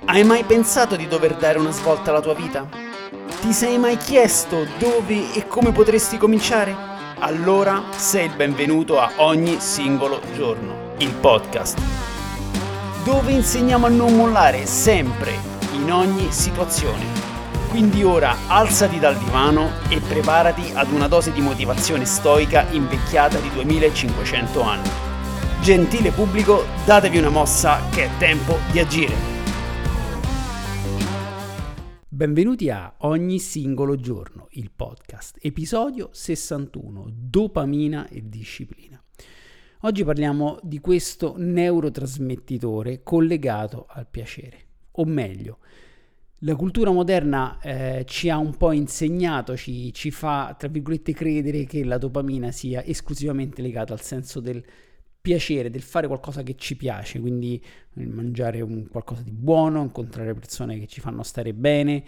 Hai mai pensato di dover dare una svolta alla tua vita? Ti sei mai chiesto dove e come potresti cominciare? Allora sei il benvenuto a Ogni Singolo Giorno, il podcast, dove insegniamo a non mollare sempre, in ogni situazione. Quindi ora alzati dal divano e preparati ad una dose di motivazione stoica invecchiata di 2500 anni. Gentile pubblico, datevi una mossa che è tempo di agire. Benvenuti a Ogni Singolo Giorno, il podcast, episodio 61, dopamina e disciplina. Oggi parliamo di questo neurotrasmettitore collegato al piacere, o meglio, la cultura moderna ci ha un po' insegnato, ci fa, tra virgolette, credere che la dopamina sia esclusivamente legata al senso del piacere, del fare qualcosa che ci piace, quindi mangiare qualcosa di buono, incontrare persone che ci fanno stare bene,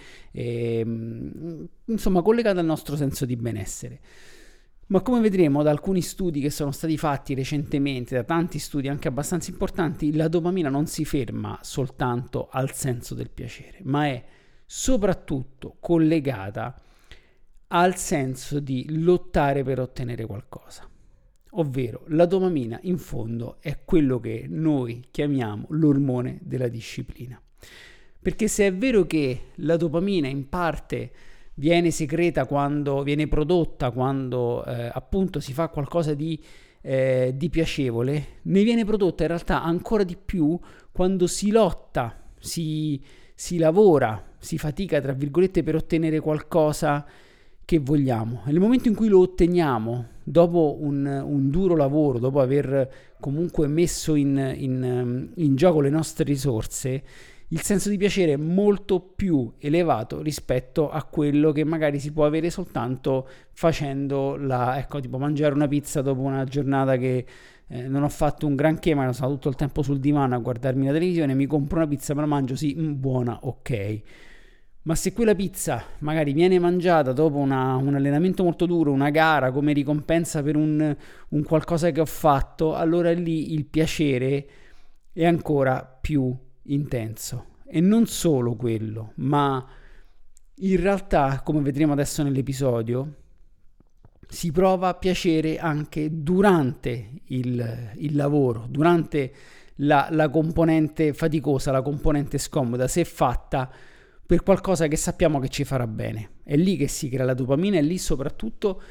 insomma collegata al nostro senso di benessere. Ma come vedremo da alcuni studi che sono stati fatti recentemente, da tanti studi anche abbastanza importanti, la dopamina non si ferma soltanto al senso del piacere, ma è soprattutto collegata al senso di lottare per ottenere qualcosa. Ovvero la dopamina in fondo è quello che noi chiamiamo l'ormone della disciplina. Perché se è vero che la dopamina in parte viene secreta quando viene prodotta, quando appunto si fa qualcosa di piacevole, ne viene prodotta in realtà ancora di più quando si lotta, si lavora, si fatica tra virgolette per ottenere qualcosa che vogliamo. Nel momento in cui lo otteniamo, dopo un duro lavoro, dopo aver comunque messo in gioco le nostre risorse, il senso di piacere è molto più elevato rispetto a quello che magari si può avere soltanto facendo tipo mangiare una pizza dopo una giornata che non ho fatto un granché, ma sono stato tutto il tempo sul divano a guardarmi la televisione, mi compro una pizza, me la mangio, sì, buona, ok. Ma se quella pizza magari viene mangiata dopo un allenamento molto duro, una gara, come ricompensa per un qualcosa che ho fatto, allora lì il piacere è ancora più intenso. E non solo quello, ma in realtà, come vedremo adesso nell'episodio, si prova piacere anche durante il lavoro, durante la componente faticosa, la componente scomoda, se fatta per qualcosa che sappiamo che ci farà bene. È lì che si crea la dopamina, e lì soprattutto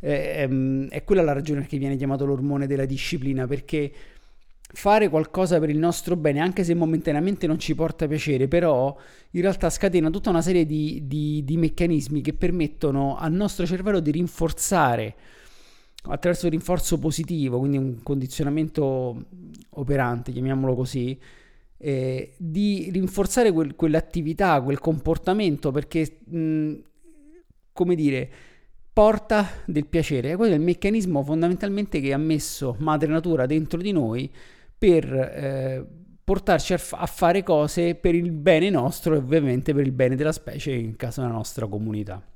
è quella la ragione perché viene chiamato l'ormone della disciplina, perché fare qualcosa per il nostro bene, anche se momentaneamente non ci porta piacere, però in realtà scatena tutta una serie di meccanismi che permettono al nostro cervello di rinforzare attraverso il rinforzo positivo, quindi un condizionamento operante, chiamiamolo così, di rinforzare quell'attività, quel comportamento, perché come dire, porta del piacere. Quello è il meccanismo fondamentalmente che ha messo Madre Natura dentro di noi per portarci a fare cose per il bene nostro e ovviamente per il bene della specie, in caso della nostra comunità.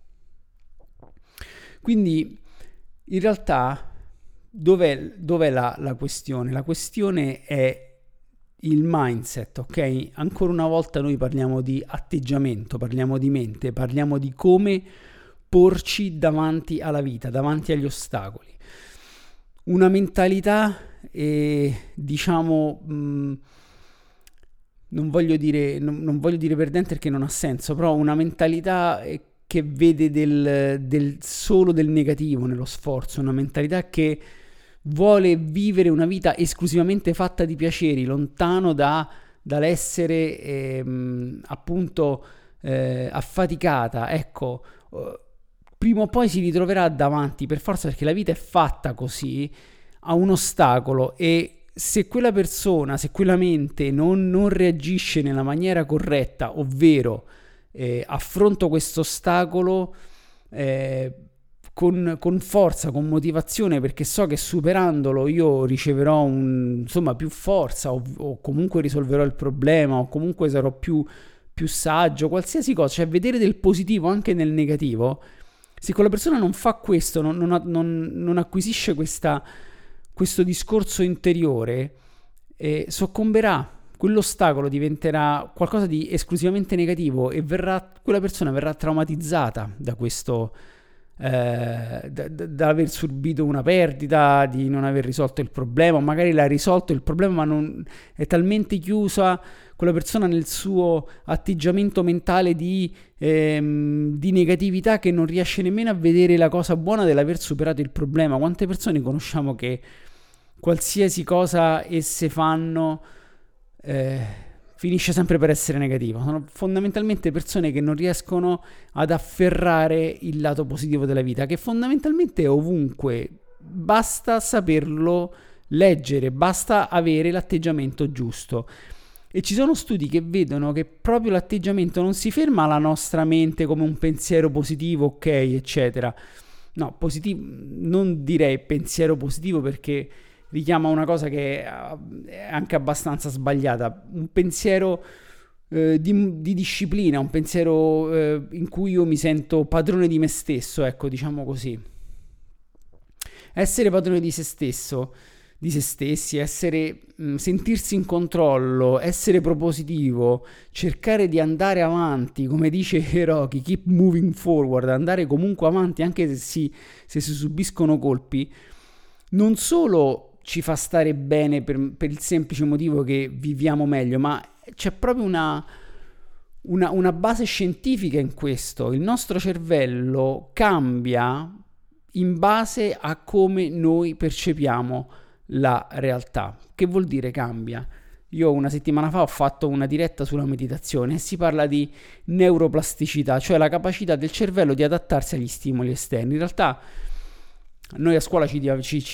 Quindi in realtà dov'è la questione? La questione è il mindset, ok? Ancora una volta noi parliamo di atteggiamento, parliamo di mente, parliamo di come porci davanti alla vita, davanti agli ostacoli. Una mentalità, diciamo, non voglio dire perdente perché non ha senso, però una mentalità che vede del solo del negativo nello sforzo, una mentalità che vuole vivere una vita esclusivamente fatta di piaceri, lontano dall'essere appunto affaticata. Ecco, prima o poi si ritroverà davanti, per forza, perché la vita è fatta così, a un ostacolo, e se quella persona, se quella mente non reagisce nella maniera corretta, ovvero affronto questo ostacolo con forza, con motivazione, perché so che superandolo io riceverò più forza, o comunque risolverò il problema, o comunque sarò più saggio, qualsiasi cosa, cioè vedere del positivo anche nel negativo. Se quella persona non fa questo, non acquisisce questo discorso interiore, soccomberà quell'ostacolo diventerà qualcosa di esclusivamente negativo e quella persona verrà traumatizzata da questo, da aver subito una perdita, di non aver risolto il problema, o magari l'ha risolto il problema ma non è talmente chiusa quella persona nel suo atteggiamento mentale di negatività che non riesce nemmeno a vedere la cosa buona dell'aver superato il problema. Quante persone conosciamo che qualsiasi cosa esse fanno finisce sempre per essere negativa? Sono fondamentalmente persone che non riescono ad afferrare il lato positivo della vita, che fondamentalmente è ovunque, basta saperlo leggere, basta avere l'atteggiamento giusto. E ci sono studi che vedono che proprio l'atteggiamento non si ferma alla nostra mente come un pensiero positivo, ok, eccetera. No, positivo, non direi pensiero positivo perché richiama una cosa che è anche abbastanza sbagliata. Un pensiero di disciplina, un pensiero in cui io mi sento padrone di me stesso, ecco, diciamo così. Essere padrone di se stesso, di se stessi, sentirsi in controllo, essere propositivo, cercare di andare avanti, come dice Hiroki, keep moving forward, andare comunque avanti anche se si subiscono colpi, non solo ci fa stare bene per il semplice motivo che viviamo meglio, ma c'è proprio una base scientifica in questo. Il nostro cervello cambia in base a come noi percepiamo la realtà. Che vuol dire cambia? Io una settimana fa ho fatto una diretta sulla meditazione e si parla di neuroplasticità, cioè la capacità del cervello di adattarsi agli stimoli esterni. In realtà noi a scuola ci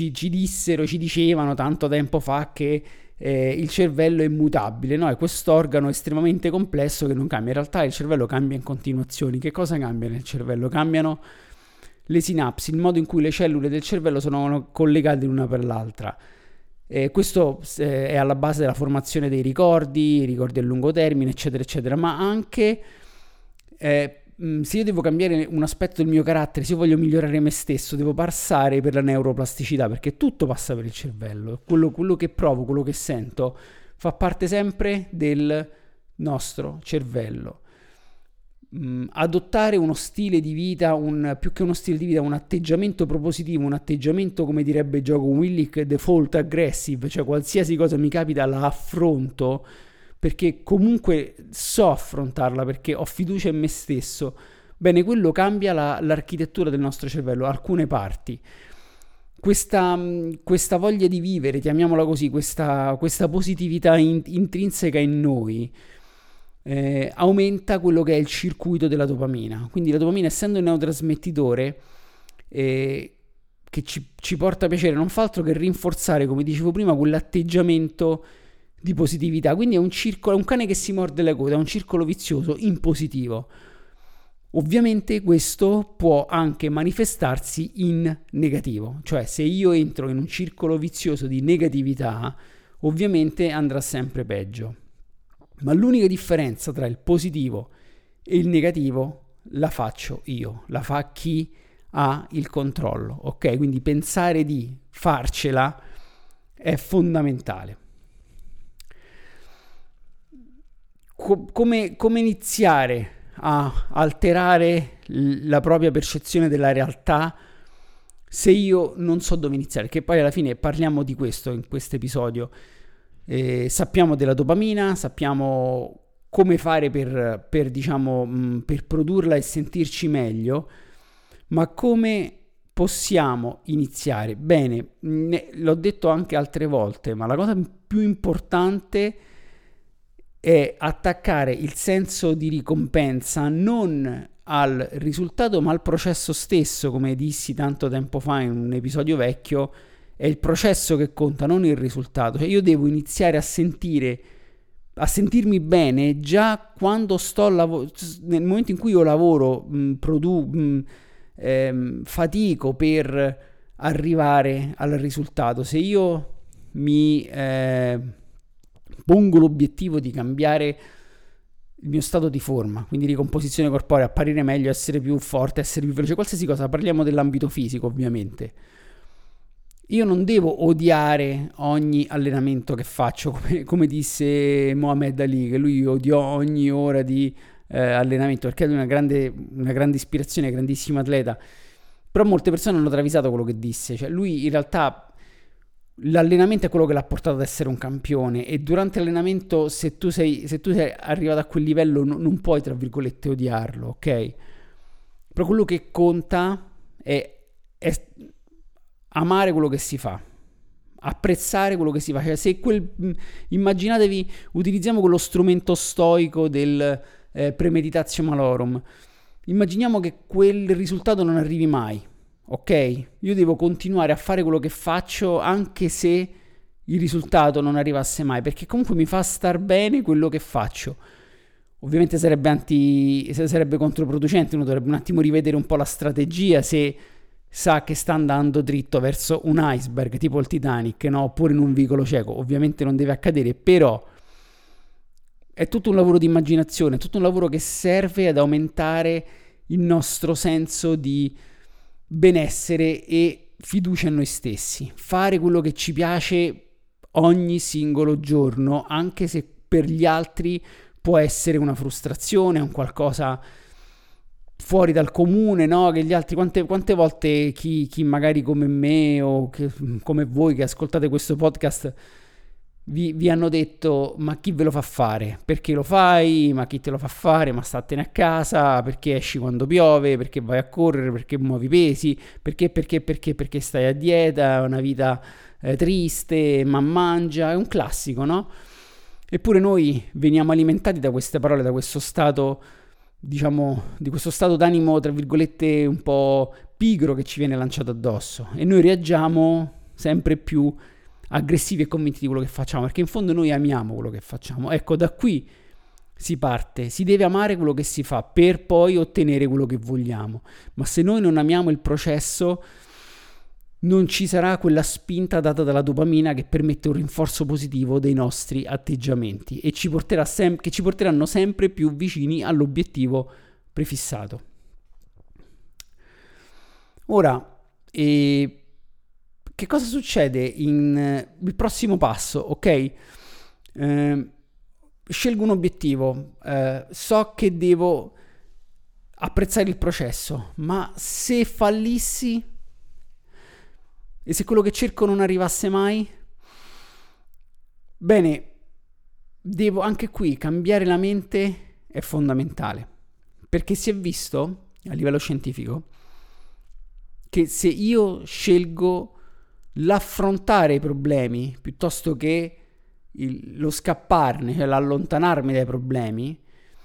dicevano tanto tempo fa che il cervello è mutabile, no? È quest'organo estremamente complesso che non cambia. In realtà il cervello cambia in continuazione. Che cosa cambia nel cervello? Cambiano le sinapsi, il modo in cui le cellule del cervello sono collegate l'una per l'altra. Questo è alla base della formazione dei ricordi a lungo termine, eccetera, eccetera. Ma anche se io devo cambiare un aspetto del mio carattere, se io voglio migliorare me stesso, devo passare per la neuroplasticità, perché tutto passa per il cervello. Quello che provo, quello che sento, fa parte sempre del nostro cervello. Adottare uno stile di vita, più che uno stile di vita, un atteggiamento propositivo, un atteggiamento, come direbbe Jocko Willink, default aggressive, cioè qualsiasi cosa mi capita la affronto perché comunque so affrontarla, perché ho fiducia in me stesso. Bene, quello cambia l'architettura del nostro cervello, alcune parti. Questa voglia di vivere, chiamiamola così, questa positività intrinseca in noi aumenta quello che è il circuito della dopamina. Quindi la dopamina, essendo un neurotrasmettitore che ci porta piacere, non fa altro che rinforzare, come dicevo prima, quell'atteggiamento di positività. Quindi è un circolo, è un cane che si morde le code, è un circolo vizioso in positivo. Ovviamente questo può anche manifestarsi in negativo, cioè se io entro in un circolo vizioso di negatività, ovviamente andrà sempre peggio. Ma l'unica differenza tra il positivo e il negativo la faccio io, la fa chi ha il controllo, ok? Quindi pensare di farcela è fondamentale. Come iniziare a alterare la propria percezione della realtà se io non so dove iniziare? Che poi alla fine parliamo di questo in questo episodio. Sappiamo della dopamina, sappiamo come fare per produrla e sentirci meglio, ma come possiamo iniziare? Bene, l'ho detto anche altre volte, ma la cosa più importante è attaccare il senso di ricompensa non al risultato ma al processo stesso. Come dissi tanto tempo fa in un episodio vecchio, è il processo che conta, non il risultato. Cioè io devo iniziare a sentirmi bene già quando nel momento in cui io lavoro, fatico per arrivare al risultato. Se io mi pongo l'obiettivo di cambiare il mio stato di forma, quindi ricomposizione corporea, apparire meglio, essere più forte, essere più veloce, qualsiasi cosa, parliamo dell'ambito fisico ovviamente. Io non devo odiare ogni allenamento che faccio, come disse Muhammad Ali, che lui odiò ogni ora di allenamento, perché è una grande ispirazione, grandissimo atleta. Però molte persone hanno travisato quello che disse, cioè lui in realtà l'allenamento è quello che l'ha portato ad essere un campione, e durante l'allenamento se tu sei arrivato a quel livello non puoi, tra virgolette, odiarlo, ok? Però quello che conta è amare quello che si fa, apprezzare quello che si fa. Cioè, se immaginatevi, utilizziamo quello strumento stoico del premeditatio malorum. Immaginiamo che quel risultato non arrivi mai, ok? Io devo continuare a fare quello che faccio anche se il risultato non arrivasse mai, perché comunque mi fa star bene quello che faccio. Ovviamente sarebbe controproducente, uno dovrebbe un attimo rivedere un po' la strategia se sa che sta andando dritto verso un iceberg tipo il Titanic, no? Oppure in un vicolo cieco. Ovviamente non deve accadere, però è tutto un lavoro di immaginazione, è tutto un lavoro che serve ad aumentare il nostro senso di benessere e fiducia in noi stessi. Fare quello che ci piace ogni singolo giorno, anche se per gli altri può essere una frustrazione, un qualcosa fuori dal comune, no? Che gli altri, quante volte chi magari come me o come voi che ascoltate questo podcast vi hanno detto: ma chi ve lo fa fare? Perché lo fai? Ma chi te lo fa fare? Ma statene a casa? Perché esci quando piove? Perché vai a correre? Perché muovi pesi? Perché stai a dieta? È una vita triste, ma mangia, è un classico, no? Eppure noi veniamo alimentati da queste parole, da questo stato, diciamo, di questo stato d'animo, tra virgolette, un po' pigro che ci viene lanciato addosso, e noi reagiamo sempre più aggressivi e convinti di quello che facciamo, perché in fondo noi amiamo quello che facciamo. Ecco, da qui si parte, si deve amare quello che si fa per poi ottenere quello che vogliamo, ma se noi non amiamo il processo non ci sarà quella spinta data dalla dopamina che permette un rinforzo positivo dei nostri atteggiamenti e che ci porteranno sempre più vicini all'obiettivo prefissato. Ora, che cosa succede il prossimo passo? Ok, scelgo un obiettivo, so che devo apprezzare il processo, ma se fallissi e se quello che cerco non arrivasse mai, bene, devo anche qui cambiare la mente, è fondamentale, perché si è visto a livello scientifico che se io scelgo l'affrontare i problemi piuttosto che lo scapparne, cioè l'allontanarmi dai problemi,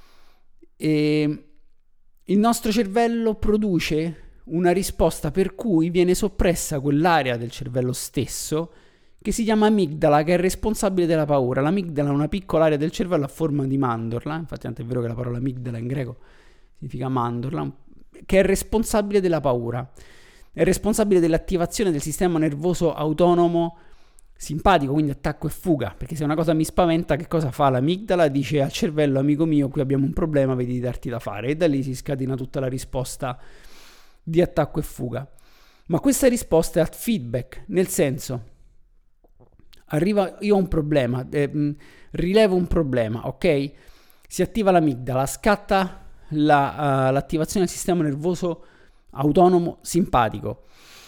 il nostro cervello produce una risposta per cui viene soppressa quell'area del cervello stesso che si chiama amigdala, che è responsabile della paura. L'amigdala è una piccola area del cervello a forma di mandorla, infatti tanto è vero che la parola amigdala in greco significa mandorla, che è responsabile della paura. È responsabile dell'attivazione del sistema nervoso autonomo simpatico, quindi attacco e fuga, perché se una cosa mi spaventa, che cosa fa l'amigdala? Dice al cervello: amico mio, qui abbiamo un problema, vedi di darti da fare, e da lì si scatena tutta la risposta di attacco e fuga. Ma questa risposta è a feedback, nel senso, io ho un problema, rilevo un problema, ok? Si attiva l'amigdala, scatta l'attivazione del sistema nervoso autonomo simpatico,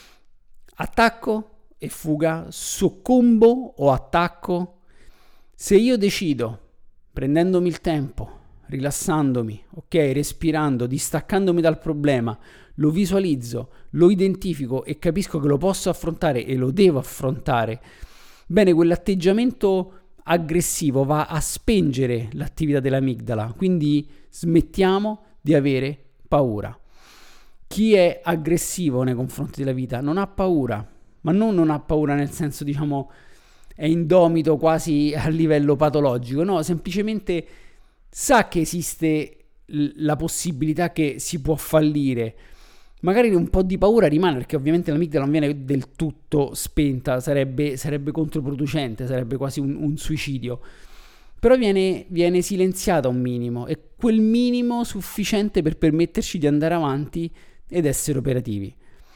attacco e fuga, soccombo o attacco. Se io decido, prendendomi il tempo, rilassandomi, ok, respirando, distaccandomi dal problema, lo visualizzo, lo identifico e capisco che lo posso affrontare e lo devo affrontare, bene, quell'atteggiamento aggressivo va a spengere l'attività dell'amigdala, quindi smettiamo di avere paura. Chi è aggressivo nei confronti della vita non ha paura, ma non ha paura nel senso, diciamo, è indomito quasi a livello patologico, no, semplicemente sa che esiste la possibilità che si può fallire. Magari un po' di paura rimane, perché ovviamente l'amigdala non viene del tutto spenta, sarebbe controproducente, sarebbe quasi un suicidio. Però viene silenziata un minimo, e quel minimo sufficiente per permetterci di andare avanti ed essere operativi.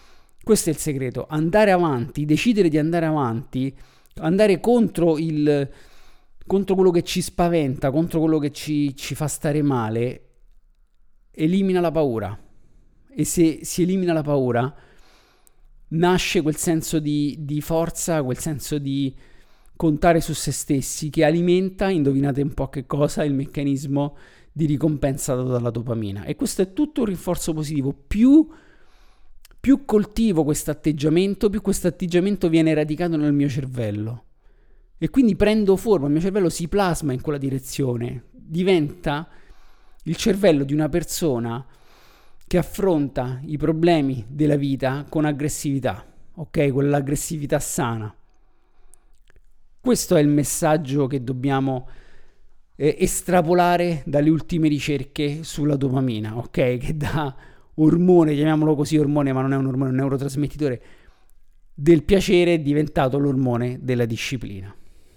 Questo è il segreto, andare avanti, decidere di andare avanti, andare contro quello che ci spaventa, contro quello che ci fa stare male, elimina la paura. E se si elimina la paura, nasce quel senso di forza, quel senso di contare su se stessi, che alimenta, indovinate un po' che cosa, il meccanismo di ricompensa dato dalla dopamina. E questo è tutto un rinforzo positivo. Più coltivo questo atteggiamento, più questo atteggiamento viene radicato nel mio cervello. E quindi prendo forma, il mio cervello si plasma in quella direzione, diventa il cervello di una persona che affronta i problemi della vita con aggressività, ok? Quell'aggressività sana. Questo è il messaggio che dobbiamo estrapolare dalle ultime ricerche sulla dopamina, ok? Che da ormone, chiamiamolo così ormone, ma non è un ormone, è un neurotrasmettitore del piacere, è diventato l'ormone della disciplina.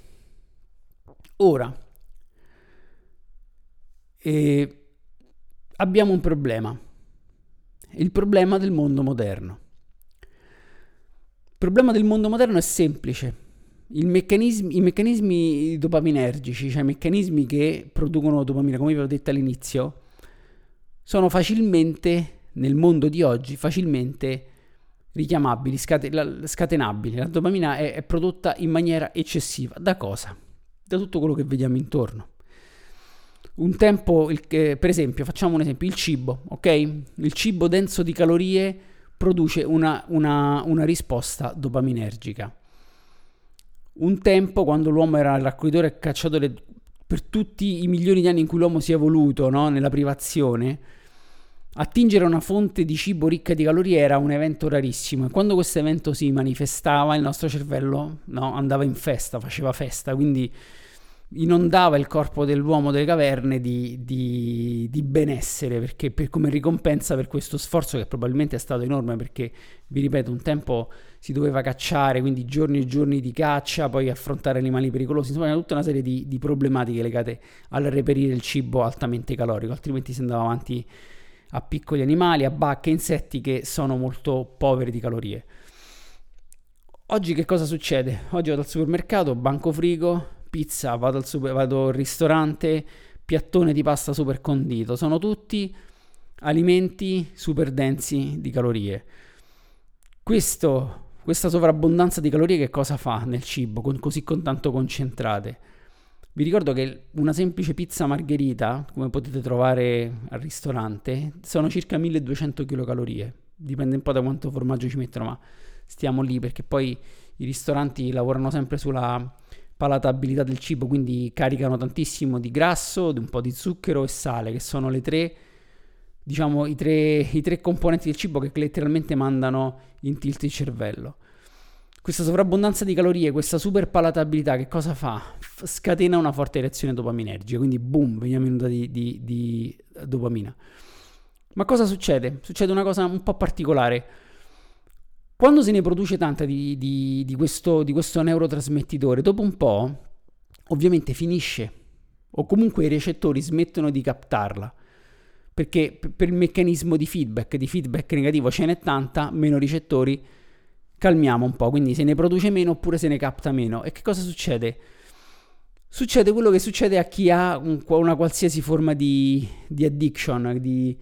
Ora, abbiamo un problema, il problema del mondo moderno. Il problema del mondo moderno è semplice. I meccanismi dopaminergici, cioè i meccanismi che producono dopamina, come vi ho detto all'inizio, sono facilmente, nel mondo di oggi, facilmente richiamabili, scatenabili. La dopamina è prodotta in maniera eccessiva. Da cosa? Da tutto quello che vediamo intorno. Un tempo, per esempio, facciamo un esempio, il cibo, ok? Il cibo denso di calorie produce una risposta dopaminergica. Un tempo, quando l'uomo era raccoglitore e cacciatore, per tutti i milioni di anni in cui l'uomo si è evoluto, no? Nella privazione, attingere una fonte di cibo ricca di calorie era un evento rarissimo, e quando questo evento si manifestava il nostro cervello, no, andava in festa, faceva festa, quindi inondava il corpo dell'uomo delle caverne di benessere, perché come ricompensa per questo sforzo, che probabilmente è stato enorme, perché vi ripeto, un tempo si doveva cacciare, quindi giorni e giorni di caccia, poi affrontare animali pericolosi, insomma tutta una serie di problematiche legate al reperire il cibo altamente calorico, altrimenti si andava avanti a piccoli animali, a bacche, insetti che sono molto poveri di calorie. Oggi che cosa succede? Oggi vado al supermercato, banco frigo, pizza, vado al ristorante, piattone di pasta super condito, sono tutti alimenti super densi di calorie. Questa sovrabbondanza di calorie che cosa fa nel cibo, con tanto concentrate? Vi ricordo che una semplice pizza margherita, come potete trovare al ristorante, sono circa 1200 kcal. Dipende un po' da quanto formaggio ci mettono, ma stiamo lì perché poi i ristoranti lavorano sempre sulla palatabilità del cibo, quindi caricano tantissimo di grasso, di un po' di zucchero e sale, che sono le tre, diciamo, i tre componenti del cibo che letteralmente mandano in tilt il cervello. Questa sovrabbondanza di calorie, questa super palatabilità, che cosa fa? Scatena una forte reazione dopaminergica, quindi boom, veniamo inondati di dopamina. Ma cosa succede? Succede una cosa un po' particolare. Quando se ne produce tanta di questo neurotrasmettitore, dopo un po' ovviamente finisce, o comunque i recettori smettono di captarla, perché per il meccanismo di feedback negativo ce n'è tanta, meno ricettori, calmiamo un po', quindi se ne produce meno oppure se ne capta meno. E che cosa succede? Succede quello che succede a chi ha una qualsiasi forma di addiction, di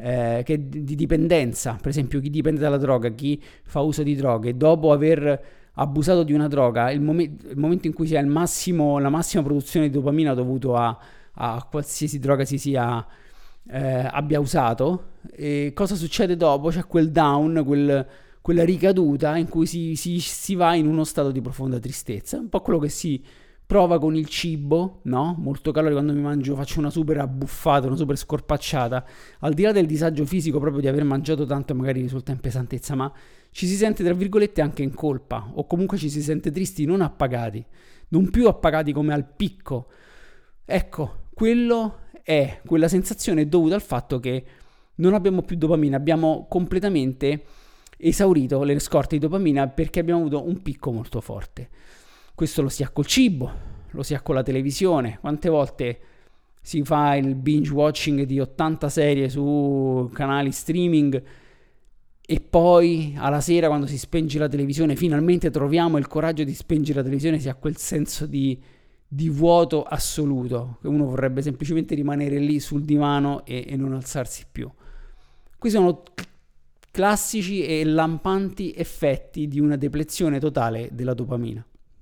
dipendenza. Per esempio chi dipende dalla droga, chi fa uso di droghe, dopo aver abusato di una droga, il momento in cui si ha la massima produzione di dopamina dovuto a qualsiasi droga si sia abbia usato, e cosa succede dopo? C'è quel down, quella ricaduta in cui si va in uno stato di profonda tristezza, un po' quello che si prova con il cibo, no? Molto calorico, quando faccio una super abbuffata, una super scorpacciata, al di là del disagio fisico proprio di aver mangiato tanto e magari risulta in pesantezza, ma ci si sente tra virgolette anche in colpa, o comunque ci si sente tristi, non appagati, non più appagati come al picco. Ecco, quella sensazione è dovuta al fatto che non abbiamo più dopamina, abbiamo completamente esaurito le scorte di dopamina perché abbiamo avuto un picco molto forte. Questo lo si ha col cibo, lo si ha con la televisione. Quante volte si fa il binge watching di 80 serie su canali streaming e poi alla sera quando si spenge la televisione finalmente troviamo il coraggio di spengere la televisione, si ha quel senso di vuoto assoluto, che uno vorrebbe semplicemente rimanere lì sul divano e non alzarsi più. Questi sono classici e lampanti effetti di una deplezione totale della dopamina.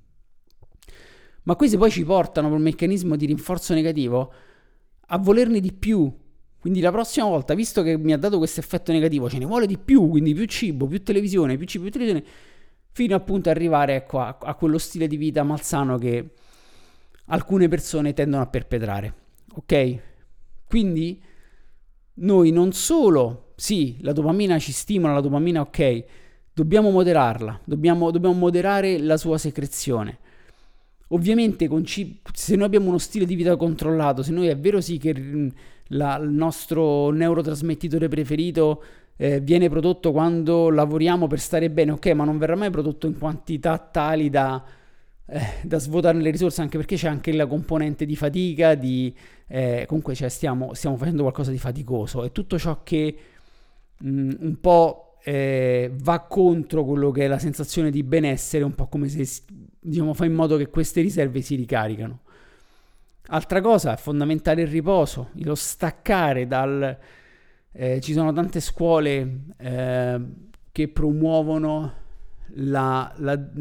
Ma questi poi ci portano, per un meccanismo di rinforzo negativo, a volerne di più. Quindi la prossima volta, visto che mi ha dato questo effetto negativo, ce ne vuole di più, quindi più cibo, più televisione, più cibo, più televisione, fino appunto ad arrivare, ecco, a quello stile di vita malsano che alcune persone tendono a perpetrare. Ok? Quindi noi non solo, sì, la dopamina ci stimola, la dopamina ok, dobbiamo moderarla, dobbiamo moderare la sua secrezione. Ovviamente se noi abbiamo uno stile di vita controllato, se noi è vero sì che il nostro neurotrasmettitore preferito viene prodotto quando lavoriamo per stare bene, ok, ma non verrà mai prodotto in quantità tali da svuotare le risorse, anche perché c'è anche la componente di fatica, comunque cioè stiamo facendo qualcosa di faticoso, e tutto ciò che un po' va contro quello che è la sensazione di benessere, un po' come se fa in modo che queste riserve si ricaricano. Altra cosa è fondamentale il riposo, lo staccare ci sono tante scuole che promuovono la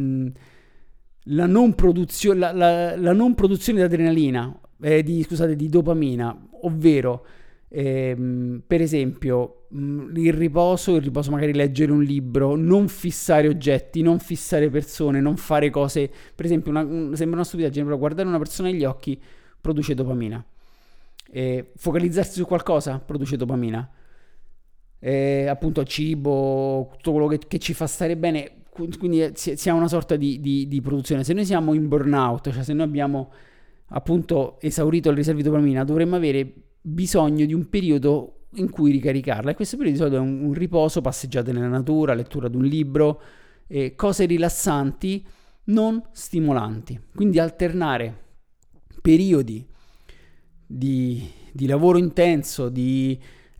non produzione di adrenalina, di dopamina, ovvero per esempio il riposo magari leggere un libro, non fissare oggetti, non fissare persone, non fare cose, per esempio sembra una stupidaggine, però guardare una persona negli occhi produce dopamina, focalizzarsi su qualcosa produce dopamina, appunto cibo, tutto quello che ci fa stare bene, quindi si ha una sorta di produzione. Se noi siamo in burnout, cioè se noi abbiamo appunto esaurito le riserve di dopamina, dovremmo avere bisogno di un periodo in cui ricaricarla, e questo periodo di solito è un riposo, passeggiate nella natura, lettura di un libro, cose rilassanti, non stimolanti. Quindi alternare periodi di lavoro intenso, di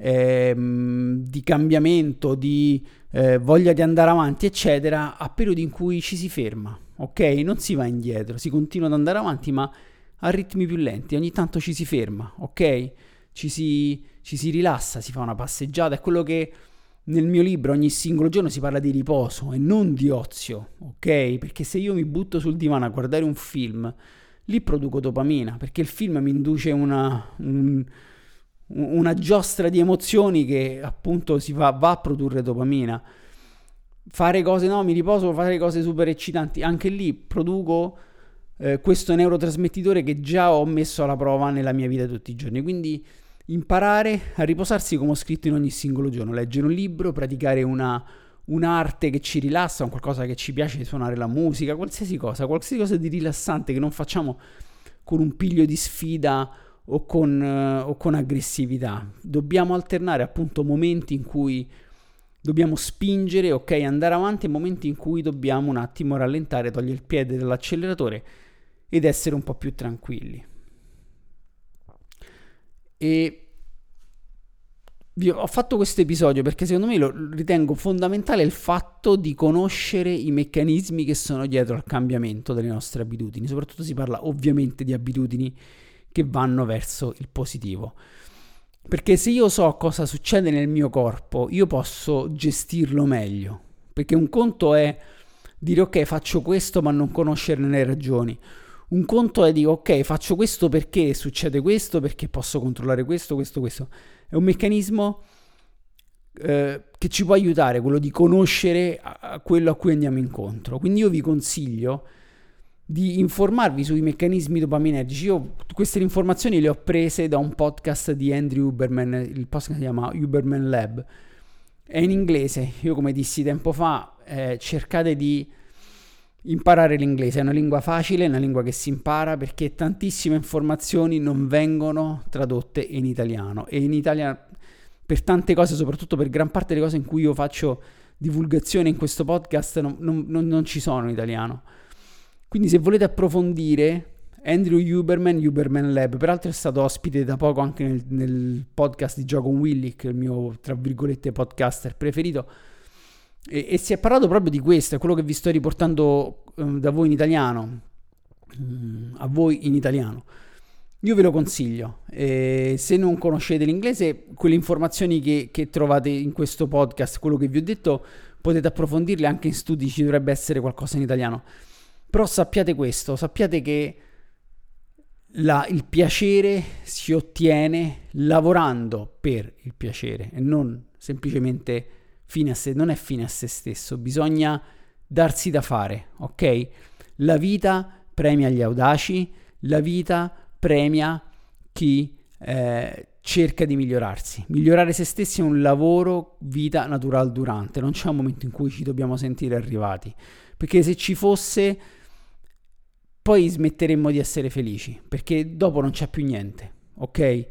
cambiamento, di voglia di andare avanti, eccetera, a periodi in cui ci si ferma, ok? Non si va indietro, si continua ad andare avanti, ma a ritmi più lenti, ogni tanto ci si ferma, ok? Ci si rilassa, si fa una passeggiata. È quello che nel mio libro ogni singolo giorno si parla di riposo e non di ozio, ok? Perché se io mi butto sul divano a guardare un film, lì produco dopamina, perché il film mi induce una giostra di emozioni che appunto va a produrre dopamina. Fare cose, no, mi riposo, fare cose super eccitanti, anche lì produco questo neurotrasmettitore che già ho messo alla prova nella mia vita tutti i giorni. Quindi imparare a riposarsi, come ho scritto in ogni singolo giorno, leggere un libro, praticare un'arte che ci rilassa, un qualcosa che ci piace, suonare la musica, qualsiasi cosa di rilassante che non facciamo con un piglio di sfida o con aggressività. Dobbiamo alternare appunto momenti in cui dobbiamo spingere, ok, andare avanti, e momenti in cui dobbiamo un attimo rallentare, togliere il piede dall'acceleratore ed essere un po' più tranquilli. E ho fatto questo episodio perché secondo me lo ritengo fondamentale il fatto di conoscere i meccanismi che sono dietro al cambiamento delle nostre abitudini. Soprattutto si parla ovviamente di abitudini che vanno verso il positivo. Perché se io so cosa succede nel mio corpo, io posso gestirlo meglio. Perché un conto è dire ok, faccio questo ma non conoscerne le ragioni. Un conto è dire ok, faccio questo perché succede questo, perché posso controllare questo. È un meccanismo che ci può aiutare, quello di conoscere quello a cui andiamo incontro. Quindi io vi consiglio di informarvi sui meccanismi dopaminergici. Io queste informazioni le ho prese da un podcast di Andrew Huberman, il podcast si chiama Huberman Lab, è in inglese. Io, come dissi tempo fa, cercate di imparare l'inglese, è una lingua facile, è una lingua che si impara, perché tantissime informazioni non vengono tradotte in italiano, e in Italia per tante cose, soprattutto per gran parte delle cose in cui io faccio divulgazione in questo podcast, non ci sono in italiano. Quindi se volete approfondire, Andrew Huberman Lab, peraltro è stato ospite da poco anche nel podcast di Gio con Willy, che è il mio, tra virgolette, podcaster preferito. E si è parlato proprio di questo, è quello che vi sto riportando da voi in italiano, a voi in italiano. Io ve lo consiglio, se non conoscete l'inglese, quelle informazioni che trovate in questo podcast, quello che vi ho detto, potete approfondirle anche in studi, ci dovrebbe essere qualcosa in italiano. Però sappiate questo, sappiate che il piacere si ottiene lavorando per il piacere e non semplicemente fine a sé, non è fine a se stesso, bisogna darsi da fare, ok? La vita premia gli audaci, la vita premia chi cerca di migliorarsi. Migliorare se stessi è un lavoro vita natural durante, non c'è un momento in cui ci dobbiamo sentire arrivati, perché se ci fosse poi smetteremmo di essere felici, perché dopo non c'è più niente, ok?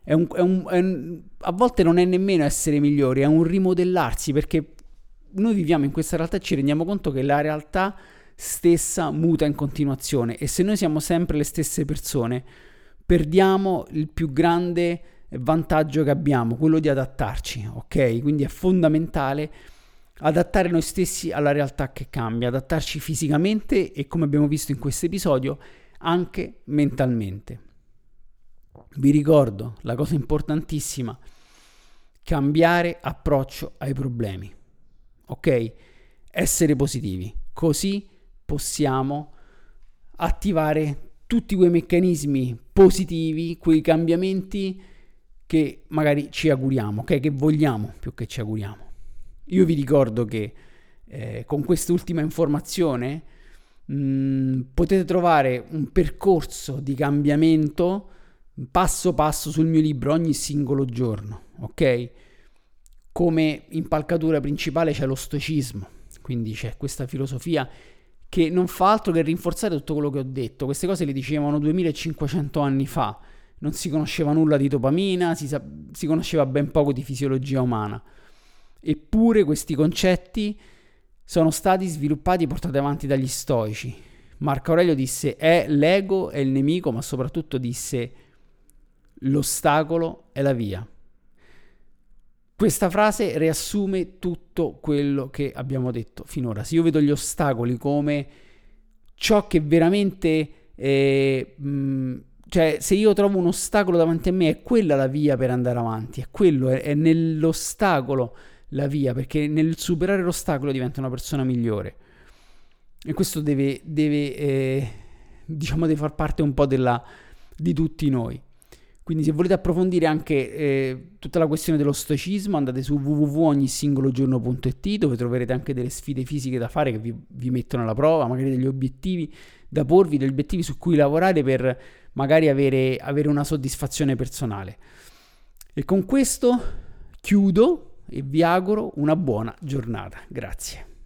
A volte non è nemmeno essere migliori, è un rimodellarsi, perché noi viviamo in questa realtà e ci rendiamo conto che la realtà stessa muta in continuazione, e se noi siamo sempre le stesse persone perdiamo il più grande vantaggio che abbiamo, quello di adattarci, ok? Quindi è fondamentale adattare noi stessi alla realtà che cambia, adattarci fisicamente e, come abbiamo visto in questo episodio, anche mentalmente. Vi ricordo la cosa importantissima: cambiare approccio ai problemi, ok? Essere positivi, così possiamo attivare tutti quei meccanismi positivi, quei cambiamenti che magari ci auguriamo, ok? Che vogliamo più che ci auguriamo. Io vi ricordo che con quest'ultima informazione potete trovare un percorso di cambiamento passo passo sul mio libro ogni singolo giorno, ok? Come impalcatura principale c'è lo stoicismo, quindi c'è questa filosofia che non fa altro che rinforzare tutto quello che ho detto. Queste cose le dicevano 2500 anni fa, non si conosceva nulla di dopamina, si conosceva ben poco di fisiologia umana. Eppure questi concetti sono stati sviluppati e portati avanti dagli stoici. Marco Aurelio disse: l'ego è il nemico, ma soprattutto disse: l'ostacolo è la via. Questa frase riassume tutto quello che abbiamo detto finora. Se io vedo gli ostacoli come ciò che veramente cioè, se io trovo un ostacolo davanti a me, è quella la via per andare avanti, è nell'ostacolo la via, perché nel superare l'ostacolo diventa una persona migliore. E questo deve far parte un po' di tutti noi. Quindi se volete approfondire anche tutta la questione dello stoicismo, andate su www.ognisingologiorno.it, dove troverete anche delle sfide fisiche da fare che vi mettono alla prova, magari degli obiettivi da porvi, degli obiettivi su cui lavorare per magari avere una soddisfazione personale. E con questo chiudo e vi auguro una buona giornata. Grazie.